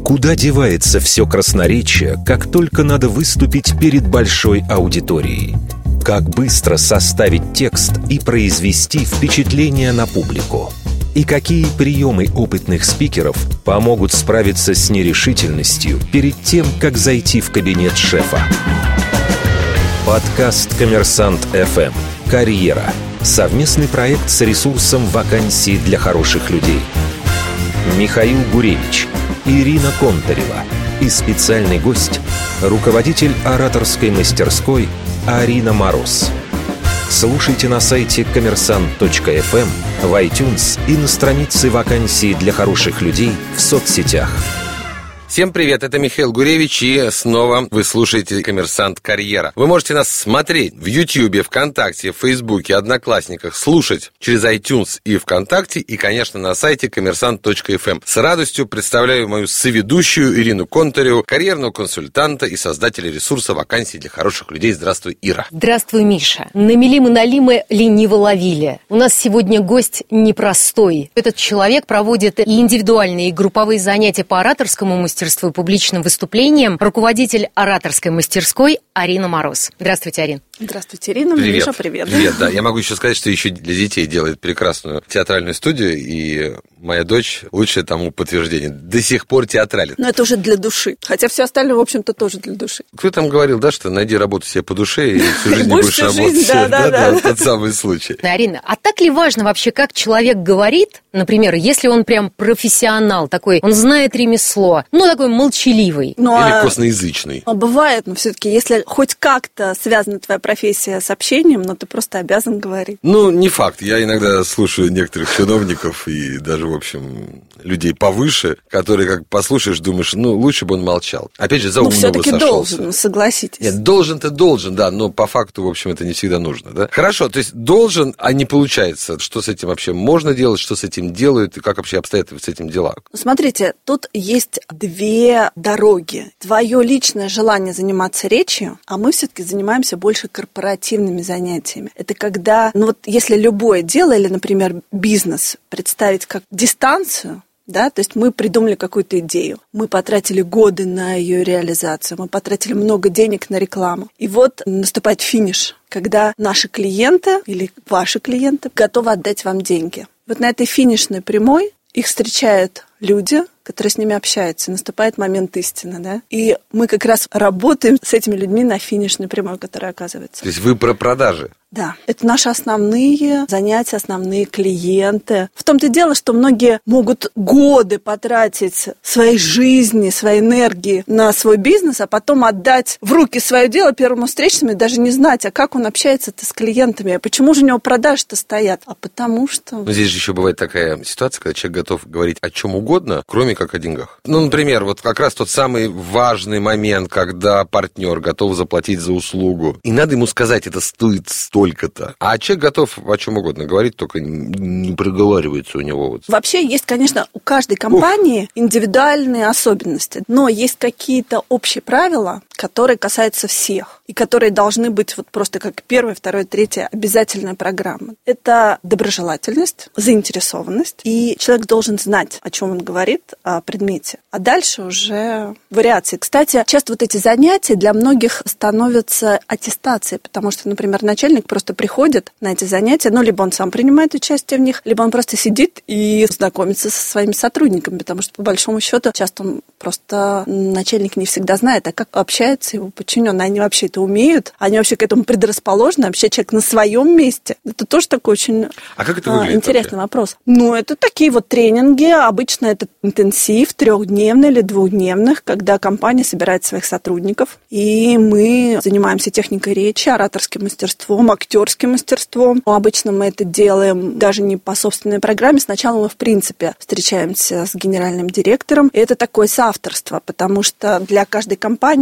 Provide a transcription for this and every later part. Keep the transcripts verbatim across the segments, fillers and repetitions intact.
Куда девается все красноречие, как только надо выступить перед большой аудиторией? Как быстро составить текст и произвести впечатление на публику? И какие приемы опытных спикеров помогут справиться с нерешительностью перед тем, как зайти в кабинет шефа? Подкаст «Коммерсант эф эм. Карьера». Совместный проект с ресурсом «Вакансии для хороших людей». Михаил Гуревич, Ирина Контарева и специальный гость – руководитель ораторской мастерской Арина Мороз. Слушайте на сайте коммерсант точка эф эм, в iTunes и на странице «Вакансии для хороших людей» в соцсетях. Всем привет, это Михаил Гуревич, и снова вы слушаете «Коммерсант. Карьера». Вы можете нас смотреть в Ютьюбе, ВКонтакте, в Фейсбуке, Одноклассниках, слушать через iTunes и ВКонтакте, и, конечно, на сайте коммерсант точка эф эм. С радостью представляю мою соведущую Ирину Контареву, карьерного консультанта и создателя ресурса «Вакансии для хороших людей». Здравствуй, Ира. Здравствуй, Миша. Намели мы налимы, лениво ловили. У нас сегодня гость непростой. Этот человек проводит и индивидуальные, и групповые занятия по ораторскому мастерству, и публичным выступлениям, руководитель ораторской мастерской Арина Мороз. Здравствуйте, Арин. Здравствуйте, Ирина. Привет. Миша, привет. Привет, да. Я могу еще сказать, что еще для детей делает прекрасную театральную студию, и моя дочь лучшее тому подтверждение. До сих пор театралит. Но это уже для души. Хотя все остальное, в общем-то, тоже для души. Кто там говорил, да, что найди работу себе по душе и всю жизнь будешь работать. Да, да, да. Тот самый случай. Арина, а так ли важно вообще, как человек говорит, например, если он прям профессионал такой, он знает ремесло, ну, такой молчаливый? Ну, Или а... косноязычный. А бывает, но все-таки, если хоть как-то связана твоя профессия с общением, но ты просто обязан говорить. Ну, не факт. Я иногда слушаю некоторых чиновников и даже, в общем, людей повыше, которые, как послушаешь, думаешь, ну, лучше бы он молчал. Опять же, за умного сошелся. Ну, все-таки должен, согласитесь. Нет, должен-то должен, да, но по факту, в общем, это не всегда нужно, да. Хорошо, то есть должен, а не получается. Что с этим вообще можно делать, что с этим делают, и как вообще обстоят с этим дела? Смотрите, тут есть две дороги. Твое личное желание заниматься речью, а мы все-таки занимаемся больше корпоративными занятиями. Это когда, ну вот если любое дело или, например, бизнес представить как дистанцию, да, то есть мы придумали какую-то идею, мы потратили годы на ее реализацию, мы потратили много денег на рекламу. И вот наступает финиш, когда наши клиенты или ваши клиенты готовы отдать вам деньги. Вот на этой финишной прямой их встречают люди, которые с ними общаются. Наступает момент истины, да? И мы как раз работаем с этими людьми на финишной прямой, которая оказывается. То есть вы про продажи? Да. Это наши основные занятия, основные клиенты. В том-то и дело, что многие могут годы потратить своей жизни, своей энергии на свой бизнес, а потом отдать в руки свое дело первому встречному и даже не знать, а как он общается-то с клиентами, а почему же у него продажи-то стоят? А потому что... Но здесь же еще бывает такая ситуация, когда человек готов говорить о чем угодно, кроме как о деньгах. Ну, например, вот как раз тот самый важный момент, когда партнер готов заплатить за услугу, и надо ему сказать, это стоит столько-то. А человек готов о чем угодно говорить, только не проговаривается у него. Вот. Вообще есть, конечно, у каждой компании Ух. индивидуальные особенности, но есть какие-то общие правила, которые касаются всех, и которые должны быть вот просто как первая, вторая, третья обязательная программа. Это доброжелательность, заинтересованность, и человек должен знать, о чем он говорит, о предмете. А дальше уже вариации. Кстати, часто вот эти занятия для многих становятся аттестацией, потому что, например, начальник просто приходит на эти занятия, ну, либо он сам принимает участие в них, либо он просто сидит и знакомится со своими сотрудниками, потому что, по большому счету, часто он просто, начальник не всегда знает, а как общается его подчиненный. Они вообще это умеют, они вообще к этому предрасположены, вообще человек на своем месте. Это тоже такой очень а как это выглядит, интересный вообще? Вопрос. Ну, это такие вот тренинги, обычно это интенсив трехдневный или двухдневных, когда компания собирает своих сотрудников, и мы занимаемся техникой речи, ораторским мастерством, актерским мастерством. Обычно мы это делаем даже не по собственной программе. Сначала мы, в принципе, встречаемся с генеральным директором, и это такое соавторство, потому что для каждой компании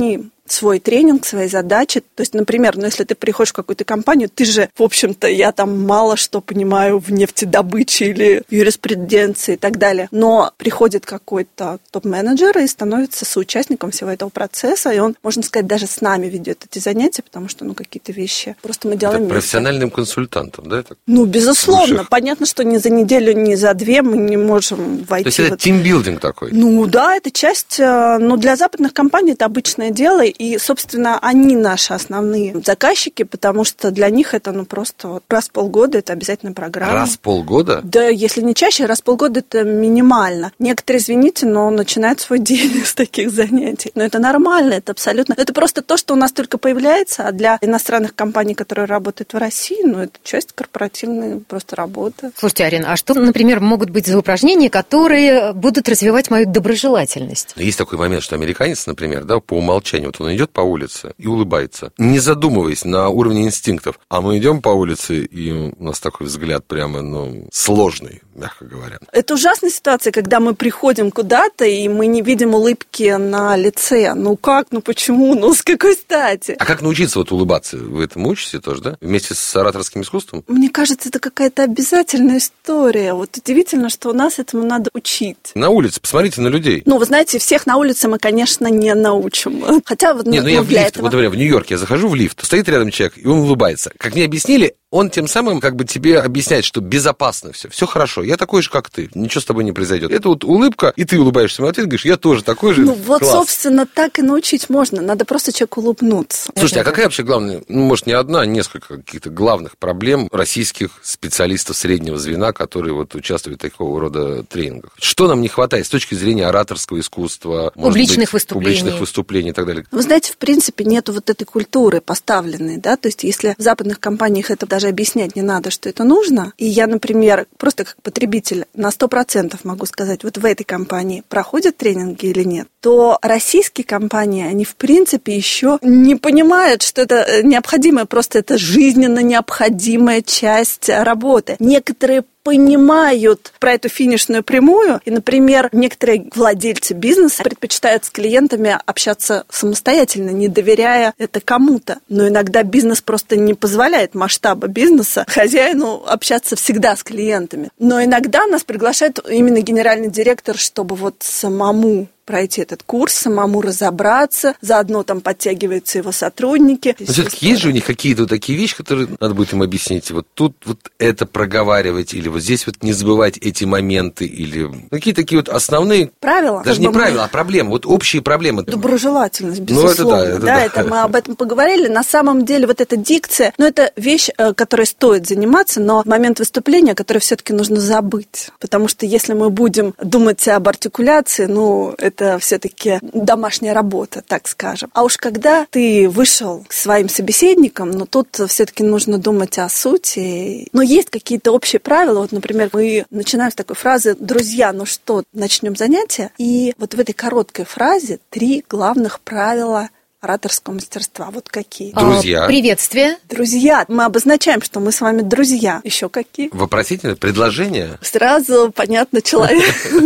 свой тренинг, свои задачи. То есть, например, ну, если ты приходишь в какую-то компанию, ты же, в общем-то, я там мало что понимаю в нефтедобыче или в юриспруденции и так далее. Но приходит какой-то топ-менеджер и становится соучастником всего этого процесса, и он, можно сказать, даже с нами ведет эти занятия, потому что, ну, какие-то вещи просто мы делаем вместе. Профессиональным консультантом, да? Это ну, безусловно. лучших. Понятно, что ни за неделю, ни за две мы не можем войти. То есть это в... тимбилдинг такой? Ну, да, это часть, ну, для западных компаний это обычное дело, и, собственно, они наши основные заказчики, потому что для них это, ну, просто вот раз в полгода это обязательная программа. Раз в полгода? Да, если не чаще, раз в полгода это минимально. Некоторые, извините, но начинают свой день с таких занятий. Но это нормально, это абсолютно... Это просто то, что у нас только появляется, а для иностранных компаний, которые работают в России, ну, это часть корпоративной просто работы. Слушайте, Арина, а что, например, могут быть за упражнения, которые будут развивать мою доброжелательность? Есть такой момент, что американец, например, да, по умолчанию, вот он идет по улице и улыбается, не задумываясь на уровне инстинктов. А мы идем по улице, и у нас такой взгляд прямо, ну, сложный, мягко говоря. Это ужасная ситуация, когда мы приходим куда-то, и мы не видим улыбки на лице. Ну как, ну почему, ну с какой стати? А как научиться вот улыбаться? Вы этому учите тоже, да? Вместе с ораторским искусством? Мне кажется, это какая-то обязательная история. Вот удивительно, что у нас этому надо учить. На улице, посмотрите на людей. Ну, вы знаете, всех на улице мы, конечно, не научим. Хотя вот, не, ну, ну я в лифт, этого... вот, например, в Нью-Йорке я захожу в лифт, стоит рядом человек, и он улыбается. Как мне объяснили, он тем самым как бы тебе объясняет, что безопасно все, все хорошо, я такой же, как ты, ничего с тобой не произойдет. Это вот улыбка, и ты улыбаешься ему в ответ, говоришь, я тоже такой же, ну вот, класс. Собственно, так и научить можно, надо просто человеку улыбнуться. Слушайте, а какая вообще главная, ну, может, не одна, а несколько каких-то главных проблем российских специалистов среднего звена, которые вот участвуют в такого рода тренингах? Что нам не хватает с точки зрения ораторского искусства, публичных быть, выступлений. публичных выступлений и так далее? Вы знаете, в принципе, нету вот этой культуры поставленной, да, то есть если в западных компаниях это даже объяснять не надо, что это нужно, и я, например, просто как потребитель на сто процентов могу сказать, вот в этой компании проходят тренинги или нет, то российские компании, они в принципе еще не понимают, что это необходимое, просто это жизненно необходимая часть работы. Некоторые понимают про эту финишную прямую, и, например, некоторые владельцы бизнеса предпочитают с клиентами общаться самостоятельно, не доверяя это кому-то. Но иногда бизнес просто не позволяет масштаба бизнеса хозяину общаться всегда с клиентами. Но иногда нас приглашает именно генеральный директор, чтобы вот самому пройти этот курс, самому разобраться, заодно там подтягиваются его сотрудники. Но все-таки есть же у них какие-то вот такие вещи, которые надо будет им объяснить. Вот тут вот это проговаривать, или вот здесь вот не забывать эти моменты, или какие такие вот основные... Правила? Даже не правила, мы... а проблемы, вот общие проблемы. Доброжелательность, безусловно. Ну, это да, это да, да. Это мы об этом поговорили. На самом деле вот эта дикция, ну, это вещь, которой стоит заниматься, но в момент выступления, которую все-таки нужно забыть. Потому что если мы будем думать об артикуляции, ну, это все-таки домашняя работа, так скажем. А уж когда ты вышел к своим собеседникам, ну, тут все-таки нужно думать о сути. Но есть какие-то общие правила. Вот, например, мы начинаем с такой фразы «Друзья, ну что, начнем занятие?» И вот в этой короткой фразе три главных правила ораторского мастерства. Вот какие? Друзья. А, приветствие. Друзья. Мы обозначаем, что мы с вами друзья. Еще какие? Вопросительное предложение. Сразу понятно человек.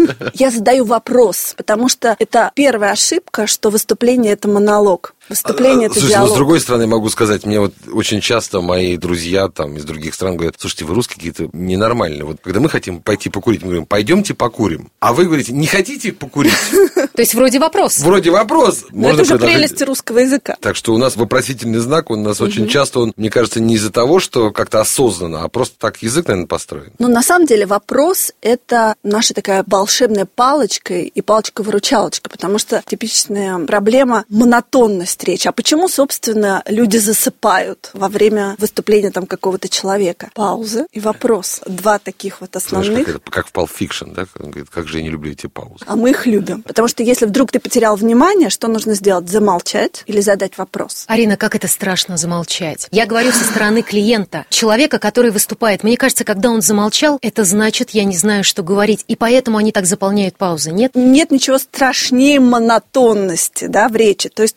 Я задаю вопрос, потому что это первая ошибка, что выступление – это монолог. Выступление – это слушайте, диалог. Но с другой стороны, могу сказать, мне вот очень часто мои друзья там из других стран говорят, слушайте, вы русские какие-то ненормальные. Вот когда мы хотим пойти покурить, мы говорим, пойдемте покурим. А вы говорите, не хотите покурить? То есть вроде вопрос. Вроде вопрос. Но это уже прелесть русского языка. Так что у нас вопросительный знак, он у нас очень часто, он, мне кажется, не из-за того, что как-то осознанно, а просто так язык, наверное, построен. Ну, на самом деле вопрос – это наша такая волшебная палочка и палочка-выручалочка, потому что типичная проблема – монотонность речи. А почему, собственно, люди засыпают во время выступления там какого-то человека? Пауза и вопрос. Два таких вот основных. Знаешь, как, это, как в Pulp Fiction, да? Он говорит, как же я не люблю эти паузы. А мы их любим. Потому что если вдруг ты потерял внимание, что нужно сделать? Замолчать или задать вопрос? Арина, как это страшно замолчать. Я говорю со стороны клиента, человека, который выступает. Мне кажется, когда он замолчал, это значит, я не знаю, что говорить. И поэтому они так заполняют паузы, нет? Нет ничего страшнее монотонности, да, в речи. То есть, ну, это означает...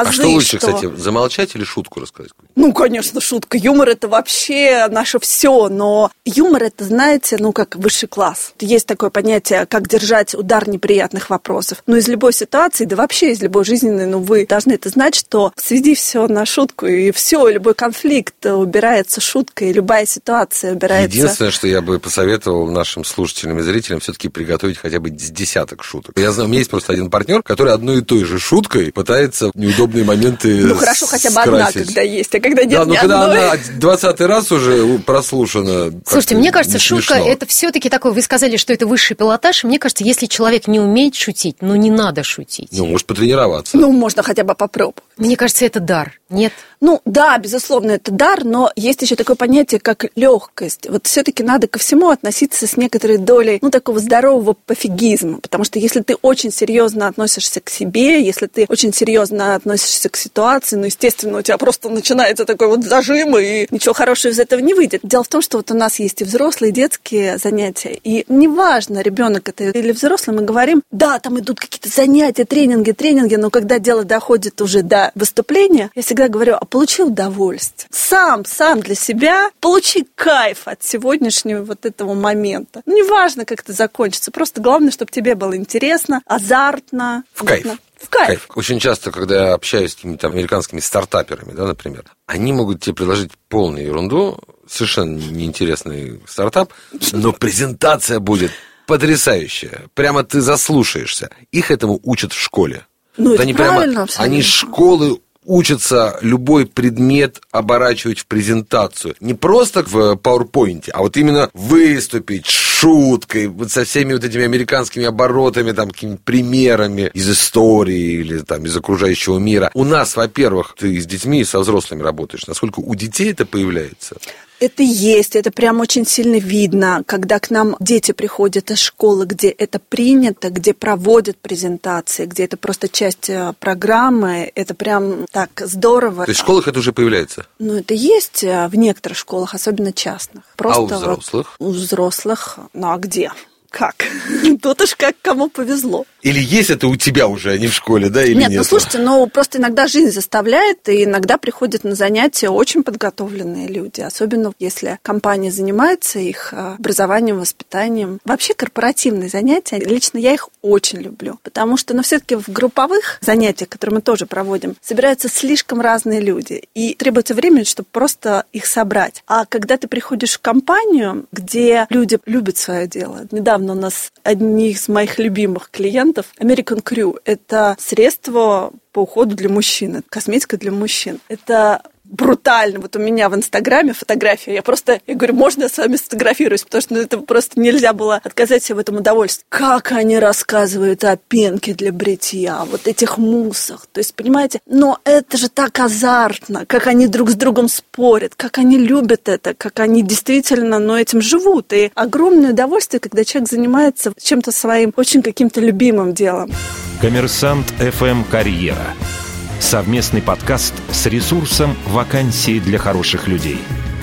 А что лучше, что... кстати, замолчать или шутку рассказать? Ну, конечно, шутка. Юмор – это вообще наше все, но юмор – это, знаете, ну, как высший класс. Есть такое понятие, как держать удар неприятных вопросов. Но из любой ситуации, да вообще из любой жизненной, ну, вы должны это знать, что сведи все на шутку, и все, любой конфликт убирается шуткой, любая ситуация убирается. Единственное, что я бы посоветовал нашим слушателям и зрителям, все-таки приготовить хотя бы десяток шуток. Я знаю, у меня есть просто один партнер, который одной и той же шуткой пытается неудобные моменты Ну, хорошо, хотя бы одна, когда есть, а когда нет да, ни но когда одной. она двадцатый раз уже прослушана. Слушайте, мне кажется, шутка – это все-таки такое, вы сказали, что это высший пилотаж, мне кажется, если человек не умеет шутить, ну, не надо шутить. Ну, может потренироваться. Ну, можно хотя бы попробовать. Мне кажется, это дар, нет? Ну, да, безусловно, это дар, но есть еще такое понятие, как легкость. Вот все-таки надо ко всему относиться с некоторой долей, ну, такого здорового пофигизма, потому что если ты очень серьезно относишься к себе, если ты очень серьезно относишься к ситуации, ну, естественно, у тебя просто начинается такой вот зажим, и ничего хорошего из этого не выйдет. Дело в том, что вот у нас есть и взрослые, и детские занятия, и неважно, ребенок это или взрослый, мы говорим, да, там идут какие-то занятия, тренинги, тренинги, но когда дело доходит уже до выступления, я всегда говорю, а получи удовольствие. Сам, сам для себя получи кайф от сегодняшнего вот этого момента. Ну, неважно, как это закончится, просто главное, чтобы тебе было интересно, азартно. В кайф. В кайф. кайф. Очень часто, когда я общаюсь с какими-то американскими стартаперами, да, например, они могут тебе предложить полную ерунду, совершенно неинтересный стартап, но презентация будет потрясающая. Прямо ты заслушаешься. Их этому учат в школе. Ну, вот это они правильно прямо, абсолютно. они школы учатся любой предмет оборачивать в презентацию. Не просто в PowerPoint, а вот именно выступить шуткой, вот со всеми вот этими американскими оборотами, там, какими-то примерами из истории или там из окружающего мира. У нас, во-первых, ты с детьми и со взрослыми работаешь. Насколько у детей это появляется? Это есть, это прям очень сильно видно, когда к нам дети приходят из школы, где это принято, где проводят презентации, где это просто часть программы, это прям так здорово. То есть в школах это уже появляется? Ну, это есть в некоторых школах, особенно частных. Просто а у взрослых? Вот, у взрослых, ну а где? Как? Тут уж как кому повезло. Или есть это у тебя уже, а не в школе, да, или нет? Нет, ну слушайте, ну просто иногда жизнь заставляет, и иногда приходят на занятия очень подготовленные люди, особенно если компания занимается их образованием, воспитанием. Вообще корпоративные занятия, лично я их очень люблю, потому что, ну, все-таки в групповых занятиях, которые мы тоже проводим, собираются слишком разные люди, и требуется время, чтобы просто их собрать. А когда ты приходишь в компанию, где люди любят свое дело, недавно у нас одни из моих любимых клиентов American Crew. Это средство по уходу для мужчин, косметика для мужчин. Это брутально. Вот у меня в Инстаграме фотография. Я просто, я говорю, можно я с вами сфотографируюсь? Потому что ну, это просто нельзя было отказать себе в этом удовольствии. Как они рассказывают о пенке для бритья, вот этих муссах. То есть, понимаете, но это же так азартно, как они друг с другом спорят, как они любят это, как они действительно, ну, этим живут. И огромное удовольствие, когда человек занимается чем-то своим очень каким-то любимым делом. Коммерсант эф эм «Карьера». Совместный подкаст с ресурсом «Вакансии для хороших людей».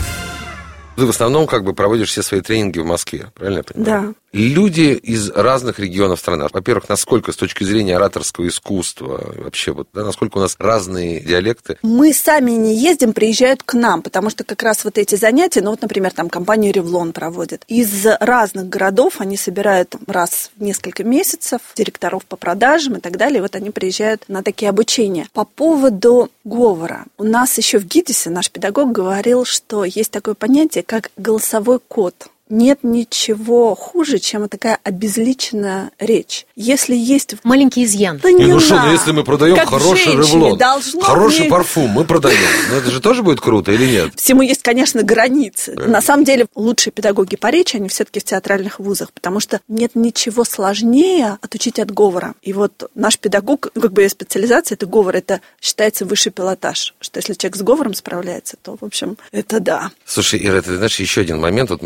Ты в основном как бы проводишь все свои тренинги в Москве, правильно я понимаю? Да. Люди из разных регионов страны. Во-первых, насколько с точки зрения ораторского искусства вообще, вот, да, насколько у нас разные диалекты? Мы сами не ездим, приезжают к нам, потому что как раз вот эти занятия, ну вот, например, там компания «Ревлон» проводит. Из разных городов они собирают раз в несколько месяцев директоров по продажам и так далее. И вот они приезжают на такие обучения. По поводу говора. У нас еще в ГИТИСе наш педагог говорил, что есть такое понятие, как голосовой код. Нет ничего хуже, чем такая обезличенная речь. Если есть... Маленький изъян. Да не, не ну надо. что, ну если мы продаем как хороший Ревлон, хороший быть... парфум, мы продаем. Но это же тоже будет круто или нет? Всему есть, конечно, границы. Да. На самом деле, лучшие педагоги по речи, они все-таки в театральных вузах, потому что нет ничего сложнее отучить от говора. И вот наш педагог, как бы специализация, это говор, это считается высший пилотаж. Что если человек с говором справляется, то, в общем, это да. Слушай, Ира, ты знаешь, еще один момент. Вот мы часто говорим,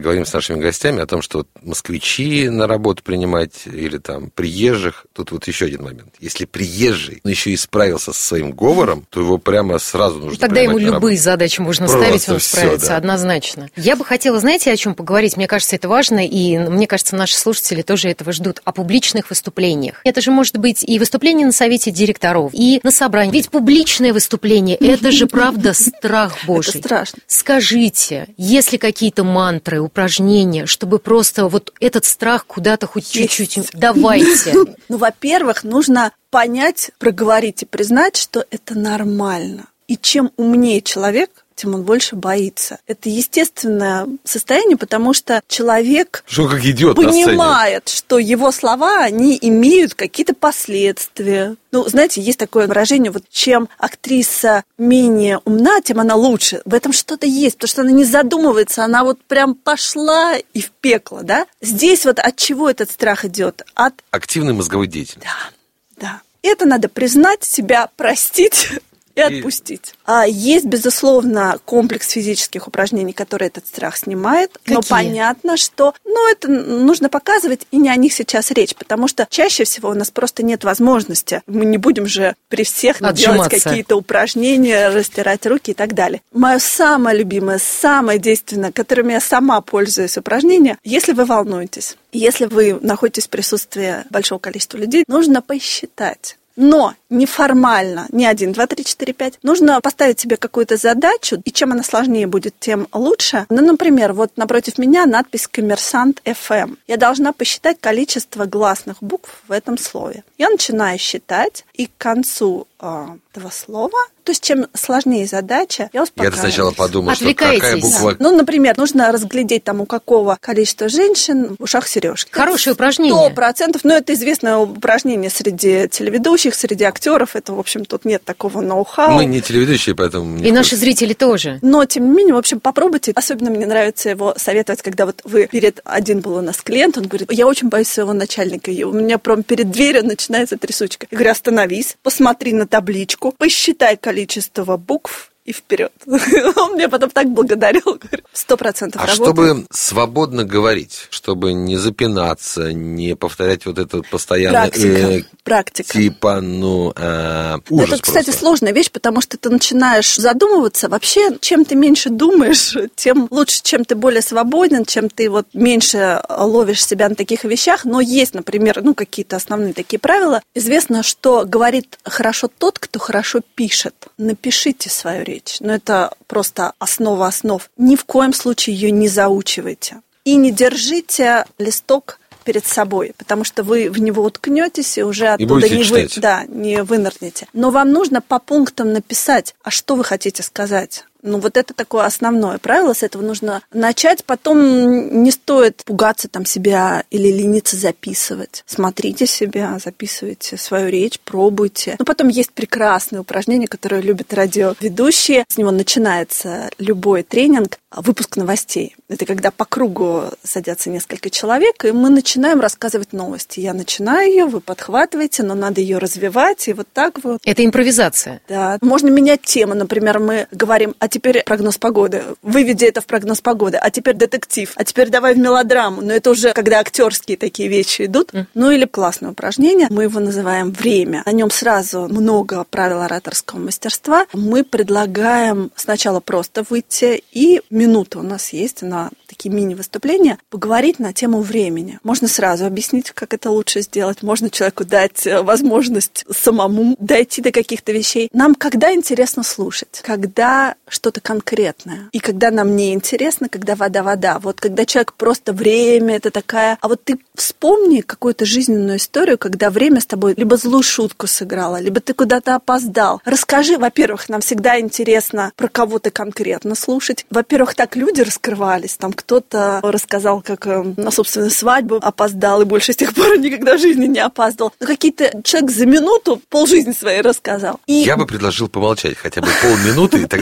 говорим с нашими гостями о том, что вот москвичи на работу принимать или там приезжих, тут вот еще один момент. Если приезжий, он еще и справился со своим говором, то его прямо сразу нужно Тогда ему любые работу. задачи можно Просто ставить, он все, справится да. однозначно. Я бы хотела, знаете, о чем поговорить? Мне кажется, это важно, и мне кажется, наши слушатели тоже этого ждут. О публичных выступлениях. Это же может быть и выступление на совете директоров, и на собрании. Ведь публичное выступление – это же, правда, страх Божий. Это страшно. Скажите, есть ли какие-то мантры, упражнения, чтобы просто вот этот страх куда-то хоть Есть. чуть-чуть... Давайте. Ну, во-первых, нужно понять, проговорить и признать, что это нормально. И чем умнее человек, тем он больше боится. Это естественное состояние, потому что человек Что он как идиот на сцене. понимает, что его слова, они имеют какие-то последствия. Ну, знаете, есть такое выражение, вот чем актриса менее умна, тем она лучше. В этом что-то есть, потому что она не задумывается, она вот прям пошла и в пекло, да? Здесь вот от чего этот страх идет? От... Активной мозговой деятельности. Да, да. Это надо признать, себя простить и отпустить. А есть, безусловно, комплекс физических упражнений, которые этот страх снимает. Какие? Но понятно, что ну, это нужно показывать, и не о них сейчас речь, потому что чаще всего у нас просто нет возможности. Мы не будем же при всех делать Отжиматься. какие-то упражнения, растирать руки и так далее. Мое самое любимое, самое действенное, которым я сама пользуюсь упражнение, если вы волнуетесь, если вы находитесь в присутствии большого количества людей, нужно посчитать. Но неформально, не один, два, три, четыре, пять. Нужно поставить себе какую-то задачу, и чем она сложнее будет, тем лучше. Ну, например, вот напротив меня надпись «Коммерсант эф эм». Я должна посчитать количество гласных букв в этом слове. Я начинаю считать, и к концу э, этого слова, то есть чем сложнее задача, я успокаиваюсь. Я сначала подумал, что Отвлекаетесь. какая буква... Ну, например, нужно разглядеть там у какого количества женщин в ушах сережки. Хорошее упражнение. Сто процентов. Ну, это известное упражнение среди телеведущих, среди актеров. Это, в общем, тут нет такого ноу-хау. Мы не телеведущие, поэтому... И наши зрители тоже. Но, тем не менее, в общем, попробуйте. Особенно мне нравится его советовать, когда вот вы перед... Один был у нас клиент, он говорит, я очень боюсь своего начальника. И у меня прям перед дверью начинается трясучка. Я говорю, остановись, посмотри на табличку, посчитай количество букв и вперед. Он мне потом так благодарил. Сто процентов А работает. чтобы свободно говорить, чтобы не запинаться, не повторять вот это постоянно... Практика. э, Практика. Типа, ну, э, ужас Это, кстати, просто. сложная вещь, потому что ты начинаешь задумываться. Вообще, чем ты меньше думаешь, тем лучше, чем ты более свободен, чем ты вот меньше ловишь себя на таких вещах. Но есть, например, ну, какие-то основные такие правила. Известно, что говорит хорошо тот, кто хорошо пишет. Напишите свою речь. Но это просто основа основ. Ни в коем случае ее не заучивайте. И не держите листок перед собой, потому что вы в него уткнетесь и уже оттуда не, вы, да, не вынырнете. Но вам нужно по пунктам написать, а что вы хотите сказать. Ну, вот это такое основное правило, с этого нужно начать. Потом не стоит пугаться там себя или лениться записывать. Смотрите себя, записывайте свою речь, пробуйте. Но потом есть прекрасные упражнения, которые любят радиоведущие. С него начинается любой тренинг. Выпуск новостей. Это когда по кругу садятся несколько человек, и мы начинаем рассказывать новости. Я начинаю ее, вы подхватываете, но надо ее развивать, и вот так вот. Это импровизация. Да. Можно менять тему. Например, мы говорим, а теперь прогноз погоды. Выведи это в прогноз погоды. А теперь детектив. А теперь давай в мелодраму. Но это уже когда актерские такие вещи идут. Mm. Ну или классное упражнение. Мы его называем «Время». На нем сразу много правил ораторского мастерства. Мы предлагаем сначала просто выйти и минута у нас есть на такие мини-выступления, поговорить на тему времени. Можно сразу объяснить, как это лучше сделать. Можно человеку дать возможность самому дойти до каких-то вещей. Нам когда интересно слушать? Когда что-то конкретное. И когда нам не интересно, когда вода-вода. Вот когда человек просто время, это такая... А вот ты вспомни какую-то жизненную историю, когда время с тобой либо злую шутку сыграло, либо ты куда-то опоздал. Расскажи, во-первых, нам всегда интересно про кого-то конкретно слушать. Во-первых, так люди раскрывались. Там кто-то рассказал, как на собственную свадьбу опоздал, и больше с тех пор никогда в жизни не опаздывал. Но какие-то человек за минуту полжизни своей рассказал. И... Я бы предложил помолчать хотя бы полминуты, и тогда люди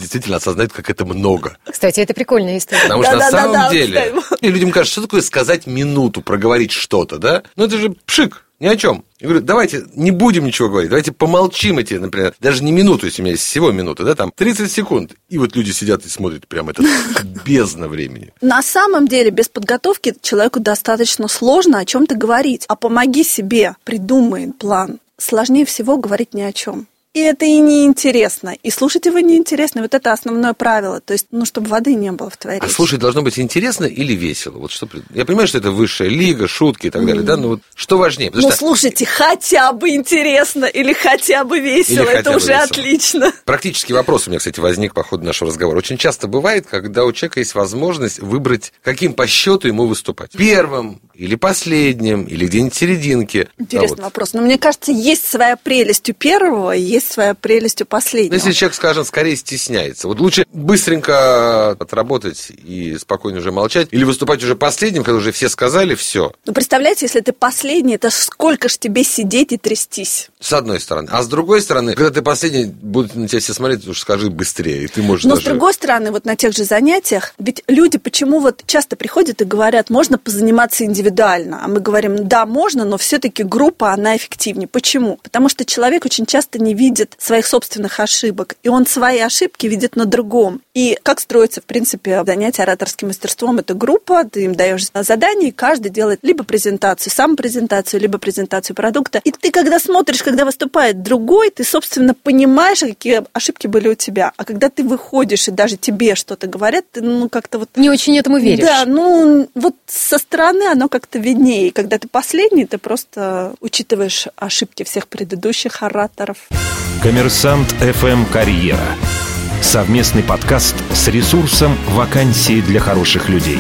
действительно осознают, как это много. Кстати, это прикольная история. Потому что Да, на да, самом да, деле и людям кажется, что такое сказать минуту, проговорить что-то, да? Ну, это же пшик. Ни о чем. Я говорю, давайте не будем ничего говорить, давайте помолчим эти, например, даже не минуту, если у меня есть всего минута, да, там тридцать секунд. И вот люди сидят и смотрят прям это бездна времени. На самом деле, без подготовки человеку достаточно сложно о чем-то говорить. А помоги себе, придумай план. Сложнее всего говорить ни о чем. И это и неинтересно, и слушать его неинтересно. Вот это основное правило. То есть, ну, чтобы воды не было в твоей А речи. слушать должно быть интересно или весело? Вот что... Я понимаю, что это высшая лига, шутки и так далее, mm. да? Но вот что важнее? Ну, что... слушайте, хотя бы интересно или хотя бы весело, или это уже весело. Отлично. Практический вопрос у меня, кстати, возник по ходу нашего разговора. Очень часто бывает, когда у человека есть возможность выбрать, каким по счету ему выступать. Первым или последним, или где-нибудь в серединке. Интересный а вот. вопрос. Но мне кажется, есть своя прелесть у первого, и есть своя прелесть у последнего. Но если человек, скажем, скорее стесняется, вот лучше быстренько отработать и спокойно уже молчать, или выступать уже последним, когда уже все сказали все. Ну, представляете, если ты последний, это сколько ж тебе сидеть и трястись? С одной стороны. А с другой стороны, когда ты последний, будут на тебя все смотреть, уж скажи быстрее, и ты можешь Но даже... с другой стороны, вот на тех же занятиях, ведь люди почему вот часто приходят и говорят, можно позаниматься индивидуально, а мы говорим, да, можно, но все-таки группа, она эффективнее. Почему? Потому что человек очень часто не видит своих собственных ошибок, и он свои ошибки видит на другом. И как строится, в принципе, занятие ораторским мастерством? Это группа, ты им даешь задание, и каждый делает либо презентацию, самопрезентацию, либо презентацию продукта. И ты, когда смотришь, когда выступает другой, ты, собственно, понимаешь, какие ошибки были у тебя. А когда ты выходишь, и даже тебе что-то говорят, ты, ну, как-то вот... Не очень этому веришь. Да, ну, вот со стороны оно как-то виднее. И когда ты последний, ты просто учитываешь ошибки всех предыдущих ораторов. Коммерсант эф эм «Карьера». Совместный подкаст с ресурсом «Вакансии для хороших людей».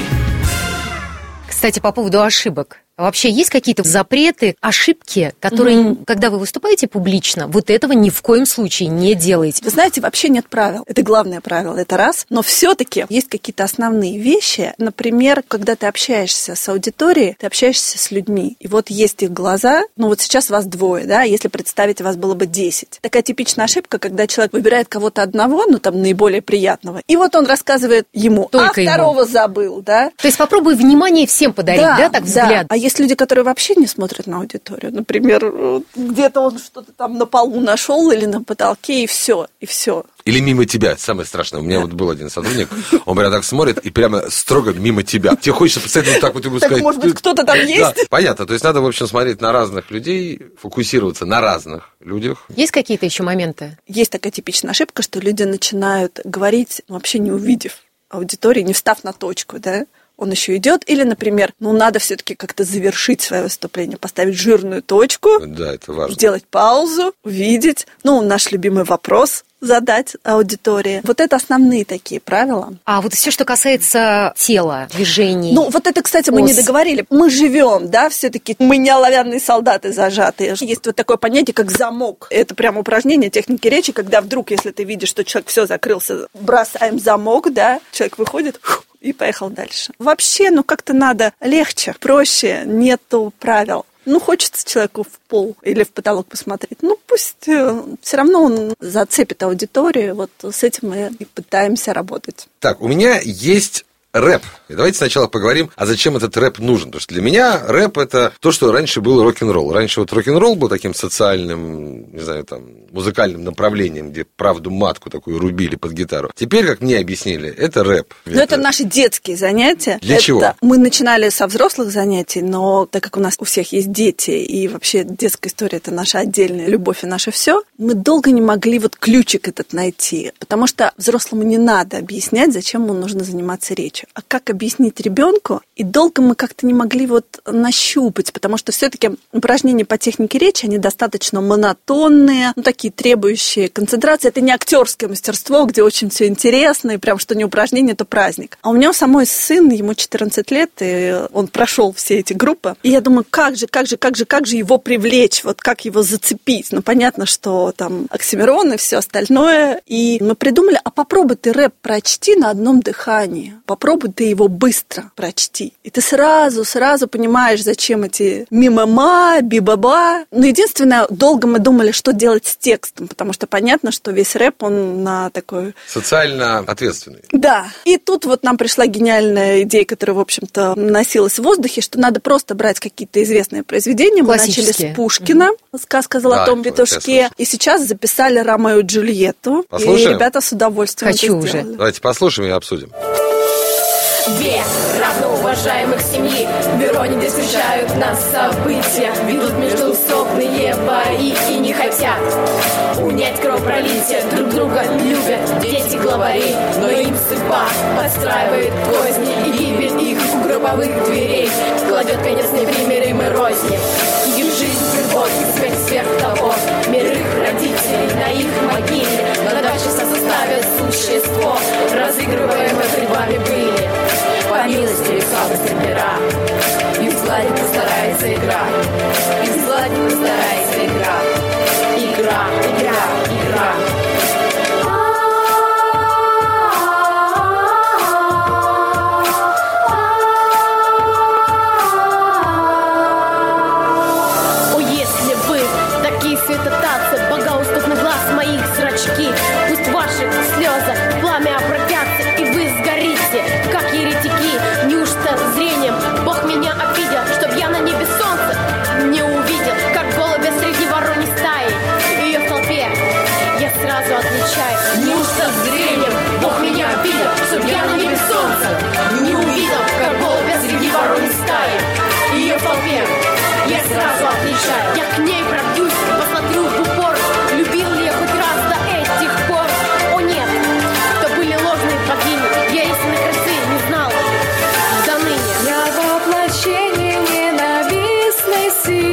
Кстати, по поводу ошибок. Вообще есть какие-то запреты, ошибки, которые, mm-hmm. когда вы выступаете публично, вот этого ни в коем случае не делайте? Вы знаете, вообще нет правил. Это главное правило, это раз. Но все-таки есть какие-то основные вещи. Например, когда ты общаешься с аудиторией, ты общаешься с людьми. И вот есть их глаза, ну вот сейчас вас двое, да, если представить, вас было бы десять. Такая типичная ошибка, когда человек выбирает кого-то одного, ну там наиболее приятного, и вот он рассказывает ему, только а второго ему. Забыл, да. То есть попробуй внимание всем подарить, да, да так взгляд? Да. А есть люди, которые вообще не смотрят на аудиторию. Например, где-то он что-то там на полу нашел или на потолке, и все, и все. Или мимо тебя, самое страшное. У меня вот был один сотрудник, он прямо так смотрит и прямо строго мимо тебя. Тебе хочется представить вот так вот ему сказать. Так, может быть, кто-то там есть? Да, понятно. То есть надо, в общем, смотреть на разных людей, фокусироваться на разных людях. Есть какие-то еще моменты? Есть такая типичная ошибка, что люди начинают говорить, вообще не увидев аудитории, не встав на точку, да? Он еще идет, или, например, ну, надо все-таки как-то завершить свое выступление, поставить жирную точку, да, это важно. Сделать паузу, увидеть, ну, наш любимый вопрос задать аудитории. Вот это основные такие правила. А вот все, что касается тела, движений. Ну, вот это, кстати, мы ос. не договорили. Мы живем, да, все-таки мы не оловянные солдаты зажатые. Есть вот такое понятие, как замок. Это прям упражнение техники речи, когда вдруг, если ты видишь, что человек все закрылся, бросаем замок, да, человек выходит, и поехал дальше. Вообще, ну, как-то надо легче, проще, нету правил. Ну, хочется человеку в пол или в потолок посмотреть. Ну, пусть э, все равно он зацепит аудиторию. Вот с этим мы и пытаемся работать. Так, у меня есть рэп. И давайте сначала поговорим, а зачем этот рэп нужен. Потому что для меня рэп – это то, что раньше был рок-н-ролл. Раньше вот рок-н-ролл был таким социальным, не знаю, там, музыкальным направлением, где правду матку такую рубили под гитару. Теперь, как мне объяснили, это рэп. Но это, это наши детские занятия. Для это... чего? Мы начинали со взрослых занятий, но так как у нас у всех есть дети, и вообще детская история – это наша отдельная любовь и наше все, мы долго не могли вот ключик этот найти, потому что взрослому не надо объяснять, зачем ему нужно заниматься речью. А как объяснить ребенку? И долго мы как-то не могли вот нащупать, потому что все-таки упражнения по технике речи, они достаточно монотонные, ну, такие требующие концентрации. Это не актерское мастерство, где очень все интересно, и прям что не упражнение, то праздник. А у меня самой сын, ему четырнадцать лет, и он прошел все эти группы. И я думаю, как же, как же, как же, как же его привлечь, вот как его зацепить? Ну, понятно, что там оксимирон и все остальное. И мы придумали, а попробуй ты рэп прочти на одном дыхании. Попробуй попробуй ты его быстро прочти. И ты сразу, сразу понимаешь, зачем эти мимама, бибаба. Но единственное, долго мы думали, что делать с текстом, потому что понятно, что весь рэп, он на такой... Социально ответственный. Да. И тут вот нам пришла гениальная идея, которая, в общем-то, носилась в воздухе, что надо просто брать какие-то известные произведения. Мы начали с Пушкина, mm-hmm. сказка о золотом да, петушке, и сейчас записали Ромео и Джульетту. Послушаем? И ребята с удовольствием Хочу это уже. сделали. Давайте послушаем и обсудим. Две равноуважаемых семьи в Вероне, где встречают нас события, ведут междуусобные бои и не хотят унять кровопролитие. Друг друга любят дети главари, но им судьба подстраивает козни, и гибель их у гробовых дверей кладет конец непримиримой розни. Их жизнь, любовь и смерть сверх того, мир их родителей на их могиле на два часа составят существо, разыгрываемое судьбами были. По милости и слабости мира, и сгладить постарается игра, и сгладить постарается игра, игра, игра, игра. О, если бы такие светотатцы, богоуступный глаз моих зрачки, пусть в ваших слезах пламя обратятся, и вы сгорите, как еретики. Неужто зрением Бог меня обидел, чтоб я на небе солнце не увидел, как голубя среди вороньей стаи, ее в толпе я сразу отличаю. Неужто зрением Бог меня обидел, чтоб я на небе солнце не увидел, как голубя среди вороньей стаи, ее в толпе я сразу отличаю. Я к ней пробьюсь, посмотрю в упор, любил ли я хоть раз до этих пор. О нет, то были ложные богини, я истинной красы не знал до ныне. Я воплощение ненавистной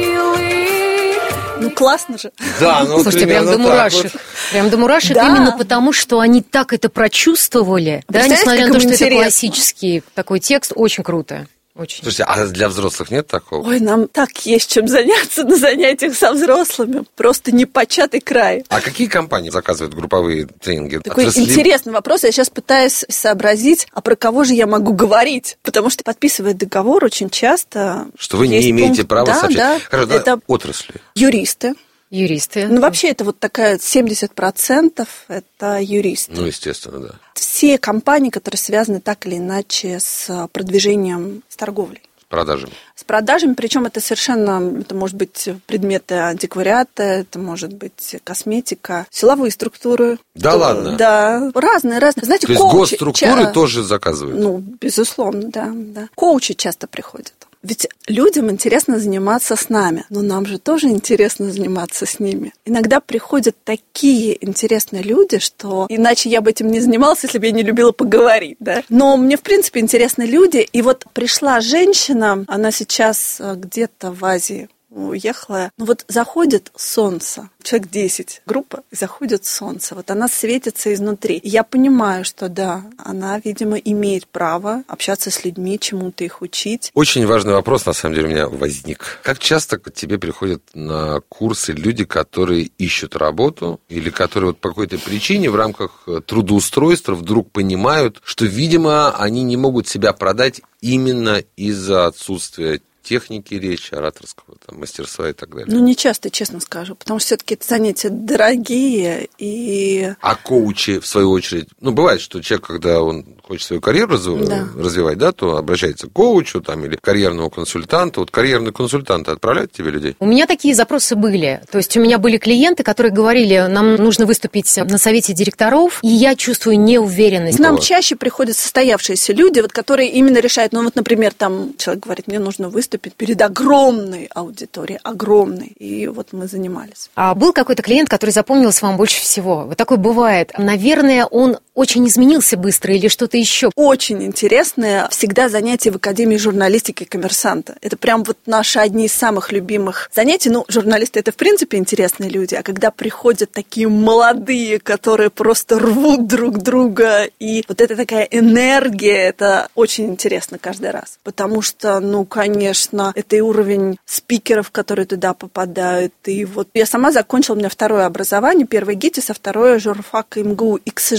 силы. Ну, классно же. Да, ну, слушайте, прям до мурашек. Вот. Прям до мурашек да. Именно потому, что они так это прочувствовали. Да, несмотря на то, что интересно. Это классический такой текст, очень круто. Очень. Слушайте, а для взрослых нет такого? Ой, нам так есть чем заняться на занятиях со взрослыми. Просто непочатый край. А какие компании заказывают групповые тренинги? Такой Отрасли... интересный вопрос. Я сейчас пытаюсь сообразить, а про кого же я могу говорить? Потому что, подписывая договор, очень часто... Что вы не имеете пункт... права да, сообщать. Да, Хорошо, это да, отрасли. Юристы. Юристы. Ну, вообще, это вот такая семьдесят процентов это юристы. Ну, естественно, да. Все компании, которые связаны так или иначе с продвижением, с торговлей. С продажами. С продажами, причем это совершенно, это может быть предметы антиквариата, это может быть косметика, силовые структуры. Да то, ладно? Да, разные, разные. Знаете, то есть коучи, госструктуры ча... тоже заказывают? Ну, безусловно, да, да. Коучи часто приходят. Ведь людям интересно заниматься с нами, но нам же тоже интересно заниматься с ними. Иногда приходят такие интересные люди, что иначе я бы этим не занималась, если бы я не любила поговорить, да. Но мне, в принципе, интересны люди. И вот пришла женщина, она сейчас где-то в Азии уехала. Ну вот заходит солнце, человек десять, группа, и заходит солнце. Вот она светится изнутри. И я понимаю, что да, она, видимо, имеет право общаться с людьми, чему-то их учить. Очень важный вопрос, на самом деле, у меня возник. Как часто к тебе приходят на курсы люди, которые ищут работу или которые вот по какой-то причине в рамках трудоустройства вдруг понимают, что, видимо, они не могут себя продать именно из-за отсутствия техники речи, ораторского там, мастерства и так далее? Ну, не часто, честно скажу, потому что все-таки это занятия дорогие и... А коучи, в свою очередь, ну, бывает, что человек, когда он хочет свою карьеру развивать, да. развивать, да, то обращается к коучу там, или карьерному консультанту. Вот карьерные консультанты отправляют тебе людей? У меня такие запросы были. То есть у меня были клиенты, которые говорили, нам нужно выступить на совете директоров, и я чувствую неуверенность. К нам чаще приходят состоявшиеся люди, вот, которые именно решают, ну, вот, например, там человек говорит, мне нужно выступить перед огромной аудиторией, огромной. И вот мы занимались. А был какой-то клиент, который запомнился вам больше всего? Вот такое бывает. Наверное, он очень изменился быстро или что-то еще? Очень интересное всегда занятие в Академии журналистики «Коммерсанта». Это прям вот наши одни из самых любимых занятий. Ну, журналисты – это, в принципе, интересные люди. А когда приходят такие молодые, которые просто рвут друг друга, и вот эта такая энергия, это очень интересно каждый раз. Потому что, ну, конечно, это и уровень спикеров, которые туда попадают. И вот я сама закончила, у меня второе образование, первое ГИТИС, а второе журфак МГУ. И, к сожалению,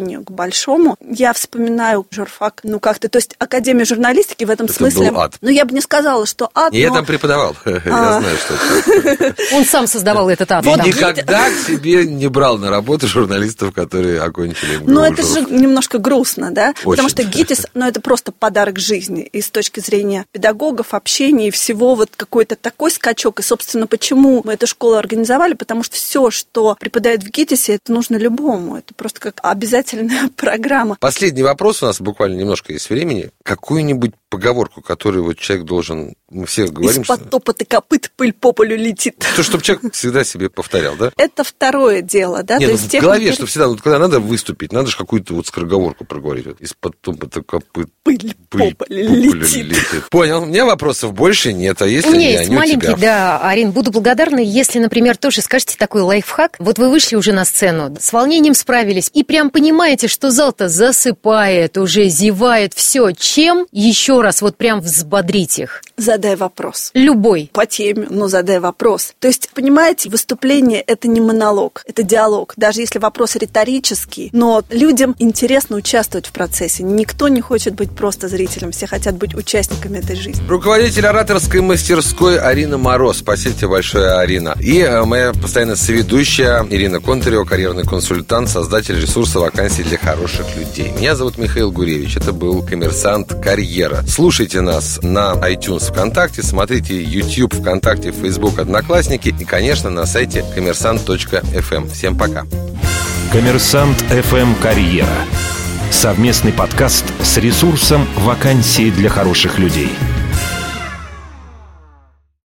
сожалению, к большому. Я вспоминаю журфак, ну как-то, то есть Академию журналистики в этом это смысле... был ад. Ну, я бы не сказала, что ад, Я но... там преподавал, я знаю, что это. Он сам создавал этот ад. И Да. никогда к себе не брал на работу журналистов, которые окончили МГУ. Но это же немножко грустно, да? Очень. Потому что ГИТИС, ну, это просто подарок жизни. И с точки зрения педагогов, общения и всего, вот какой-то такой скачок. И, собственно, почему мы эту школу организовали? Потому что все, что преподают в ГИТИСе, это нужно любому. Это просто как обязательная программа. Последний вопрос, у нас буквально немножко есть времени. Какую-нибудь поговорку, которую вот человек должен... Мы все говорим, Из-под что... топота копыт пыль по полю летит. То, чтобы человек всегда себе повторял, да? Это второе дело, да? Нет, То ну, есть в тех, голове, которые- что всегда, вот когда надо выступить, надо же какую-то вот скороговорку проговорить. Вот, из-под топота копыт Пыль по пыль полю по полю летит. летит. Понял, у меня вопросов больше нет, а если У меня не есть они у маленький, тебя? да, Арин, буду благодарна, если, например, тоже скажете такой лайфхак. Вот вы вышли уже на сцену, с волнением справились, и прям понимаете, что зал-то засыпает, уже зевает, все. Чем еще раз вот прям взбодрить их? Задай вопрос. Любой. По теме, но задай вопрос. То есть, понимаете, выступление – это не монолог, это диалог. Даже если вопрос риторический, но людям интересно участвовать в процессе. Никто не хочет быть просто зрителем, все хотят быть участниками этой жизни. Руководитель ораторской мастерской Арина Мороз. Спасибо тебе большое, Арина. И э, моя постоянная соведущая Ирина Контарева, карьерный консультант, создатель ресурса «Вакансии для хороших людей». Меня зовут Михаил Гуревич. Это был «Коммерсант. Карьера». Слушайте нас на iTunes, ВКонтакте, смотрите YouTube, ВКонтакте, Facebook, Одноклассники и, конечно, на сайте коммерсант точка эф эм. Всем пока. Коммерсант эф эм «Карьера». Совместный подкаст с ресурсом «Вакансии для хороших людей».